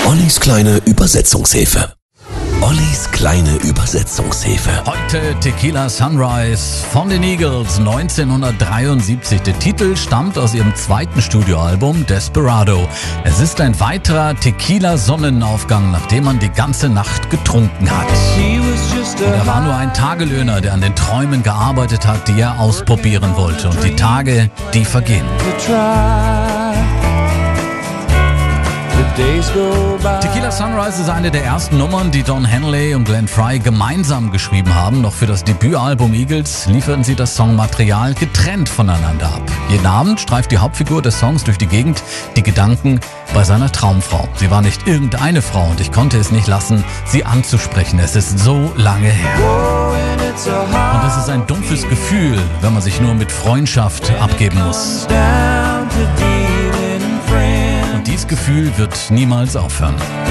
Ollis kleine Übersetzungshilfe. Ollis kleine Übersetzungshilfe. Heute Tequila Sunrise von den Eagles 1973. Der Titel stammt aus ihrem zweiten Studioalbum Desperado. Es ist ein weiterer Tequila-Sonnenaufgang, nachdem man die ganze Nacht getrunken hat. Und er war nur ein Tagelöhner, der an den Träumen gearbeitet hat, die er ausprobieren wollte. Und die Tage, die vergehen. Tequila Sunrise ist eine der ersten Nummern, die Don Henley und Glenn Frey gemeinsam geschrieben haben. Noch für das Debütalbum Eagles lieferten sie das Songmaterial getrennt voneinander ab. Jeden Abend streift die Hauptfigur des Songs durch die Gegend, die Gedanken bei seiner Traumfrau. Sie war nicht irgendeine Frau und ich konnte es nicht lassen, sie anzusprechen. Es ist so lange her. Und es ist ein dumpfes Gefühl, wenn man sich nur mit Freundschaft abgeben muss. Dieses Gefühl wird niemals aufhören.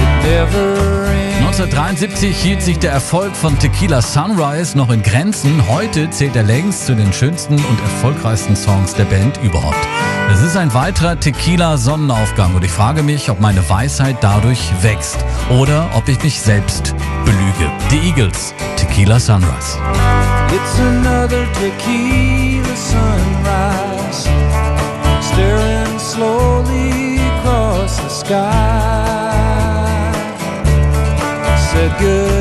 1973 hielt sich der Erfolg von Tequila Sunrise noch in Grenzen. Heute zählt er längst zu den schönsten und erfolgreichsten Songs der Band überhaupt. Es ist ein weiterer Tequila-Sonnenaufgang und ich frage mich, ob meine Weisheit dadurch wächst oder ob ich mich selbst belüge. Die Eagles, Tequila Sunrise. It's another tequila sunrise, staring slowly across the sky. Said good.